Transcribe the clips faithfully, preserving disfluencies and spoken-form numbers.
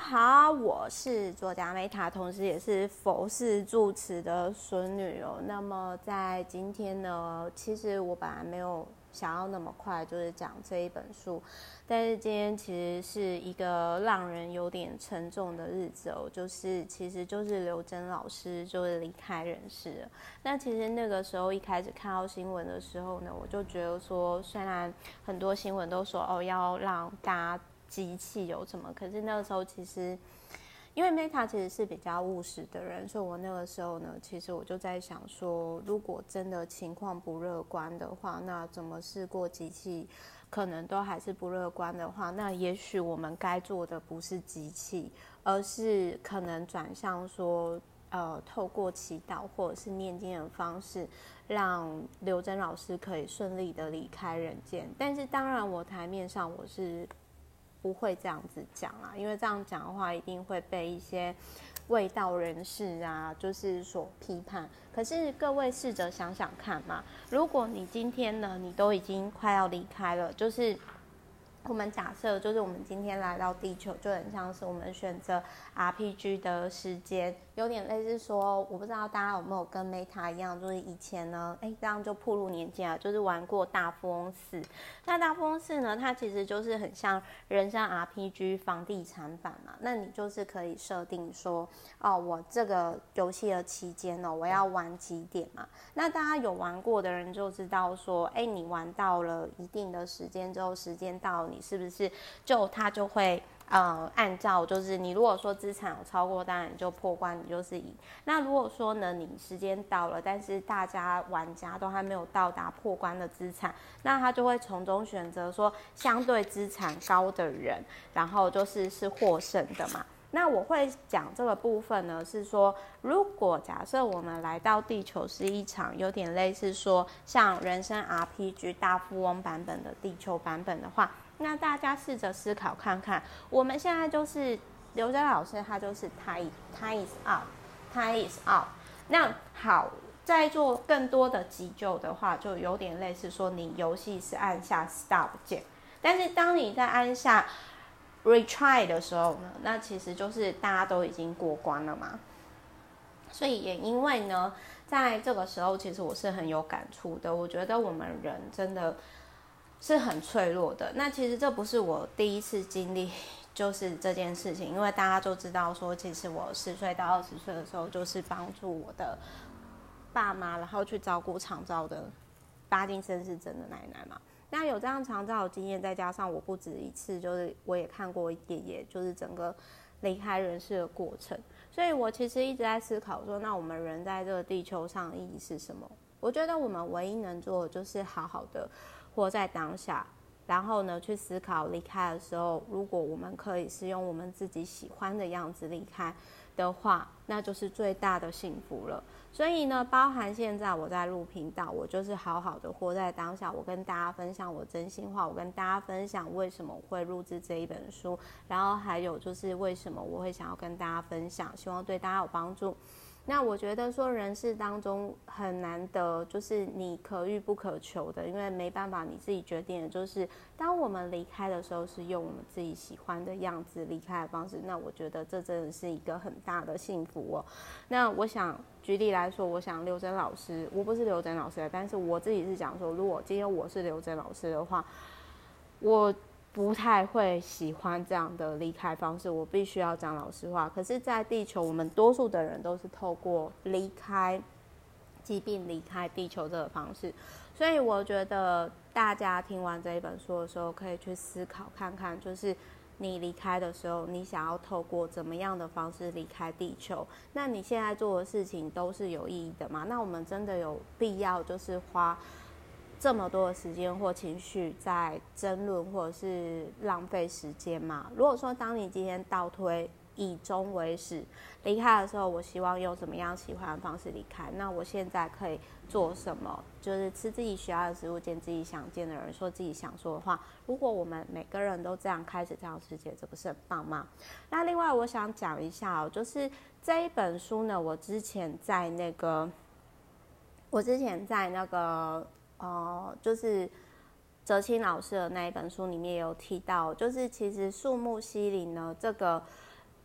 好，我是作家 Meta， 同时也是佛寺住持的孙女哦。那么在今天呢，其实我本来没有想要那么快就是讲这一本书，但是今天其实是一个让人有点沉重的日子哦，就是其实就是刘真老师就是离开人世了。那其实那个时候一开始看到新闻的时候呢，我就觉得说，虽然很多新闻都说哦要让大家机器有什么，可是那个时候其实因为 Meta 其实是比较务实的人，所以我那个时候呢，其实我就在想说，如果真的情况不乐观的话，那怎么试过机器可能都还是不乐观的话，那也许我们该做的不是机器，而是可能转向说呃，透过祈祷或者是念经的方式，让刘真老师可以顺利的离开人间。但是当然我台面上我是不会这样子讲啦，因为这样讲的话一定会被一些卫道人士啊就是所批判。可是各位试着想想看嘛，如果你今天呢你都已经快要离开了，就是我们假设就是我们今天来到地球，就很像是我们选择 R P G 的时间，有点类似说，我不知道大家有没有跟 Meta 一样，就是以前呢，哎，这样就暴露年纪啊，就是玩过大富翁四。那大富翁四呢，它其实就是很像人生 R P G 房地产版嘛。那你就是可以设定说，哦，我这个游戏的期间哦，我要玩几点嘛。那大家有玩过的人就知道说，哎，你玩到了一定的时间之后，时间到了，你是不是就它就会呃按照就是你如果说资产有超过，当然你就破关，你就是赢。那如果说呢你时间到了，但是大家玩家都还没有到达破关的资产，那他就会从中选择说相对资产高的人，然后就是是获胜的嘛。那我会讲这个部分呢，是说，如果假设我们来到地球是一场有点类似说像人生 R P G 大富翁版本的地球版本的话，那大家试着思考看看，我们现在就是刘真老师，他就是 time time is up，time is up。那好，在做更多的急救的话，就有点类似说，你游戏是按下 stop 键，但是当你在按下retry 的时候呢，那其实就是大家都已经过关了嘛。所以也因为呢，在这个时候，其实我是很有感触的。我觉得我们人真的是很脆弱的。那其实这不是我第一次经历，就是这件事情，因为大家都知道说，其实我十岁到二十岁的时候，就是帮助我的爸妈，然后去照顾长照的巴金森氏症的奶奶嘛。那有这样长照的经验，再加上我不止一次，就是我也看过爷爷，就是整个离开人世的过程，所以我其实一直在思考说，那我们人在这个地球上的意义是什么？我觉得我们唯一能做的就是好好的活在当下，然后呢，去思考离开的时候，如果我们可以是用我们自己喜欢的样子离开的话，那就是最大的幸福了。所以呢，包含现在我在录频道，我就是好好的活在当下，我跟大家分享我真心话，我跟大家分享为什么我会录制这一本书，然后还有就是为什么我会想要跟大家分享，希望对大家有帮助。那我觉得说人世当中很难得，就是你可遇不可求的，因为没办法你自己决定的，就是当我们离开的时候是用我们自己喜欢的样子离开的方式，那我觉得这真的是一个很大的幸福哦。那我想举例来说，我想刘真老师，我不是刘真老师，但是我自己是讲说，如果今天我是刘真老师的话，我不太会喜欢这样的离开方式，我必须要讲老实话。可是在地球，我们多数的人都是透过离开疾病离开地球这个方式，所以我觉得大家听完这一本书的时候，可以去思考看看，就是你离开的时候，你想要透过怎么样的方式离开地球？那你现在做的事情都是有意义的吗？那我们真的有必要就是花这么多的时间或情绪在争论或者是浪费时间嘛？如果说当你今天倒推以终为始，离开的时候，我希望用怎么样喜欢的方式离开？那我现在可以做什么？就是吃自己喜欢的食物，见自己想见的人，说自己想说的话。如果我们每个人都这样开始这样世界，这不是很棒吗？那另外我想讲一下哦，就是这一本书呢，我之前在那个，我之前在那个。呃，就是哲青老师的那一本书里面也有提到，就是其实树木希林呢，这个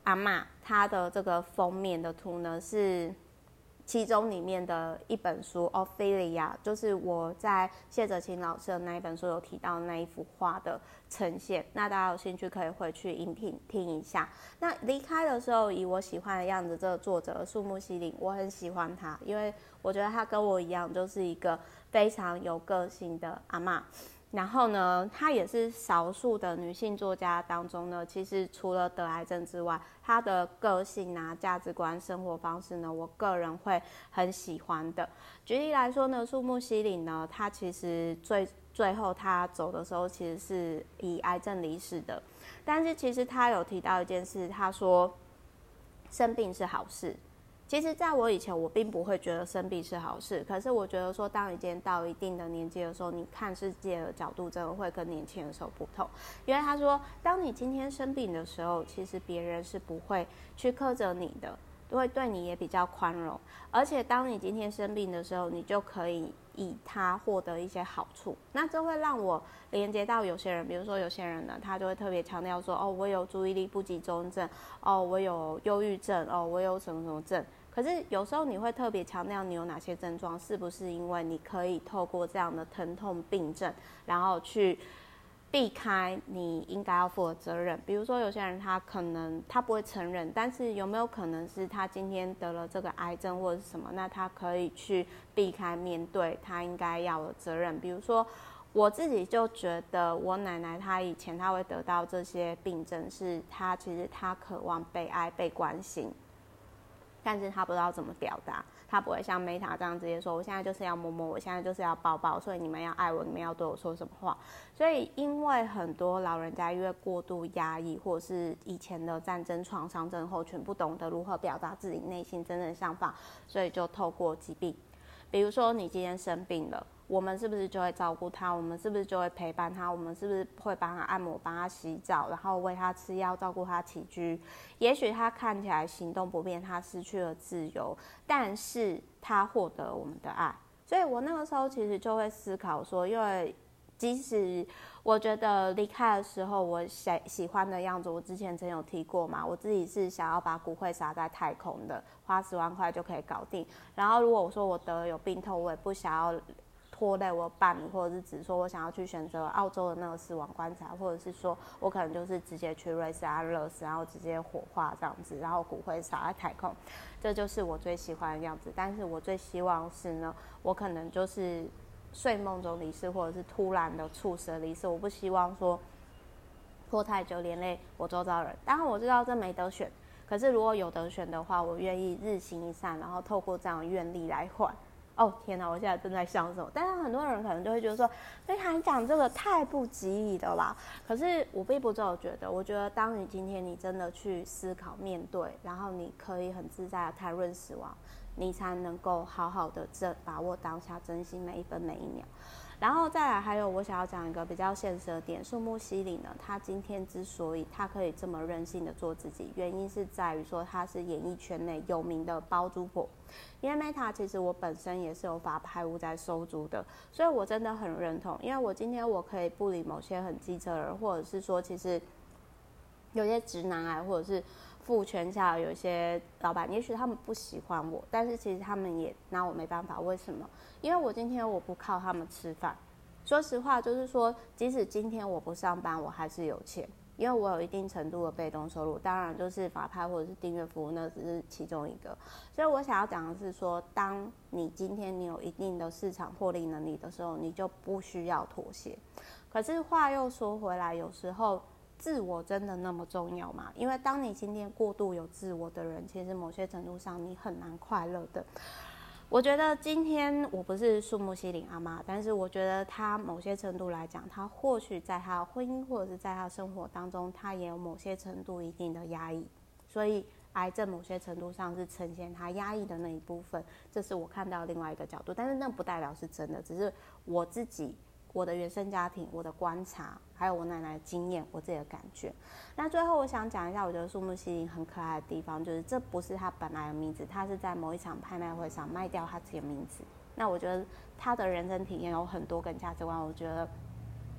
阿嬷，她的这个封面的图呢是其中里面的一本书《Ophelia》，就是我在谢哲青老师的那一本书有提到那一幅画的呈现。那大家有兴趣可以回去音频听一下。那离开的时候，以我喜欢的样子，这个作者树木希林，我很喜欢他，因为我觉得他跟我一样，就是一个非常有个性的阿嬷。然后呢，她也是少数的女性作家当中呢，其实除了得癌症之外，她的个性啊、价值观、生活方式呢，我个人会很喜欢的。举例来说呢，树木希林呢，她其实最最后她走的时候，其实是以癌症离世的。但是其实她有提到一件事，她说生病是好事。其实在我以前我并不会觉得生病是好事，可是我觉得说当你今天到一定的年纪的时候，你看世界的角度真的会跟年轻的时候不同。因为他说当你今天生病的时候，其实别人是不会去苛责你的，会对你也比较宽容，而且当你今天生病的时候，你就可以以它获得一些好处。那这会让我连接到有些人，比如说有些人呢，他就会特别强调说，哦，我有注意力不集中症，哦，我有忧郁症，哦，我有什么什么症。可是有时候你会特别强调你有哪些症状，是不是因为你可以透过这样的疼痛病症，然后去避开你应该要负的责任？比如说有些人他可能他不会承认，但是有没有可能是他今天得了这个癌症或者是什么，那他可以去避开面对他应该要的责任？比如说我自己就觉得我奶奶她以前她会得到这些病症，是她其实她渴望被爱被关心，但是他不知道怎么表达，他不会像 Meta 这样直接说，我现在就是要摸摸，我现在就是要抱抱，所以你们要爱我，你们要对我说什么话。所以因为很多老人家因为过度压抑，或者是以前的战争创伤症候群，不懂得如何表达自己内心真正的想法，所以就透过疾病，比如说你今天生病了，我们是不是就会照顾他？我们是不是就会陪伴他？我们是不是会帮他按摩、帮他洗澡，然后喂他吃药，照顾他起居？也许他看起来行动不便，他失去了自由，但是他获得我们的爱。所以我那个时候其实就会思考说，因为即使我觉得离开的时候，我喜喜欢的样子，我之前曾有提过嘛，我自己是想要把骨灰撒在太空的，花十万块就可以搞定。然后如果我说我得了有病痛，我也不想要拖累我伴侣，或者是只说我想要去选择澳洲的那个死亡棺材，或者是说我可能就是直接去瑞士安乐死，然后直接火化这样子，然后骨灰撒在太空，这就是我最喜欢的样子。但是我最希望是呢，我可能就是睡梦中离世，或者是突然的猝死离世，我不希望说拖太久连累我周遭人。当然我知道这没得选，可是如果有得选的话，我愿意日行一善，然后透过这样的愿力来换。哦天哪，我现在正在想什么？但是很多人可能就会觉得说，非常讲这个太不吉利的啦。可是我并不这么觉得，我觉得当你今天你真的去思考面对，然后你可以很自在的谈论死亡，你才能够好好的把握当下，珍惜每一分每一秒。然后再来还有我想要讲一个比较现实的点，树木希林呢，他今天之所以他可以这么任性的做自己，原因是在于说他是演艺圈内有名的包租婆。因为 Meta 其实我本身也是有发派务在收租的，所以我真的很认同。因为我今天我可以不理某些很机车的人，或者是说其实有些直男癌，或者是父权下有一些老板，也许他们不喜欢我，但是其实他们也拿我没办法。为什么？因为我今天我不靠他们吃饭。说实话，就是说，即使今天我不上班，我还是有钱，因为我有一定程度的被动收入。当然，就是法拍或者是订阅服务，那只是其中一个。所以我想要讲的是说，当你今天你有一定的市场获利能力的时候，你就不需要妥协。可是话又说回来，有时候自我真的那么重要吗？因为当你今天过度有自我的人，其实某些程度上你很难快乐的。我觉得今天我不是树木希林阿妈，但是我觉得他某些程度来讲，他或许在他的婚姻或者是在他的生活当中，他也有某些程度一定的压抑，所以癌症某些程度上是呈现他压抑的那一部分，这是我看到另外一个角度，但是那不代表是真的，只是我自己我的原生家庭、我的观察，还有我奶奶的经验，我自己的感觉。那最后我想讲一下，我觉得树木希林很可爱的地方，就是这不是他本来的名字，他是在某一场拍卖会上卖掉他自己的名字。那我觉得他的人生体验有很多跟价值观，我觉得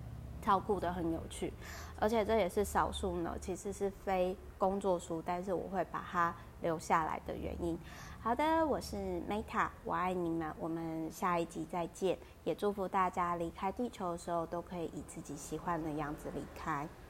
超酷的，很有趣，而且这也是少数呢，其实是非工作书，但是我会把它留下来的原因。好的，我是 Meta， 我爱你们，我们下一集再见，也祝福大家离开地球的时候都可以以自己喜欢的样子离开。